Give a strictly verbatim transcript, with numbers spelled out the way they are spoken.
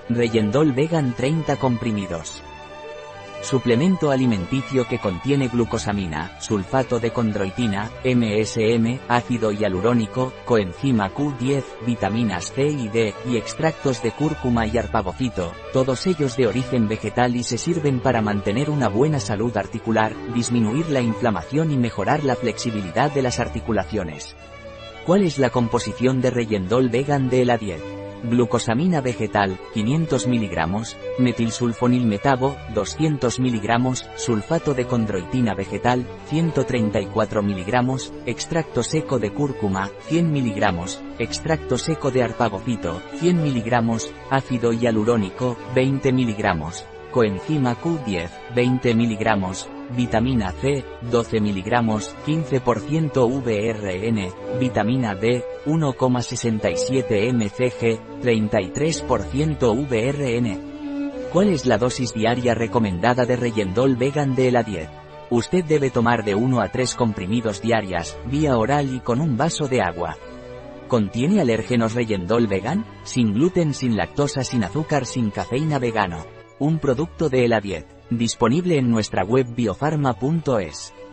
Reyendol Vegan treinta comprimidos. Suplemento alimenticio que contiene glucosamina, sulfato de condroitina, M S M, ácido hialurónico, coenzima Q diez, vitaminas C y D, y extractos de cúrcuma y arpagofito, todos ellos de origen vegetal y se sirven para mantener una buena salud articular, disminuir la inflamación y mejorar la flexibilidad de las articulaciones. ¿Cuál es la composición de Reyendol Vegan de Eladiet? Glucosamina vegetal, quinientos miligramos, metilsulfonilmetabo, doscientos miligramos, sulfato de condroitina vegetal, ciento treinta y cuatro miligramos, extracto seco de cúrcuma, cien miligramos, extracto seco de arpagofito, cien miligramos, ácido hialurónico, veinte miligramos, coenzima Q diez, veinte miligramos, vitamina C, doce miligramos, quince por ciento V R N, vitamina D, uno coma sesenta y siete mcg, treinta y tres por ciento V R N. ¿Cuál es la dosis diaria recomendada de Reyendol Vegan de Eladiet? Usted debe tomar de uno a tres comprimidos diarias, vía oral y con un vaso de agua. ¿Contiene alérgenos Reyendol Vegan? Sin gluten, sin lactosa, sin azúcar, sin cafeína, vegano. Un producto de Eladiet. Disponible en nuestra web biofarma punto es.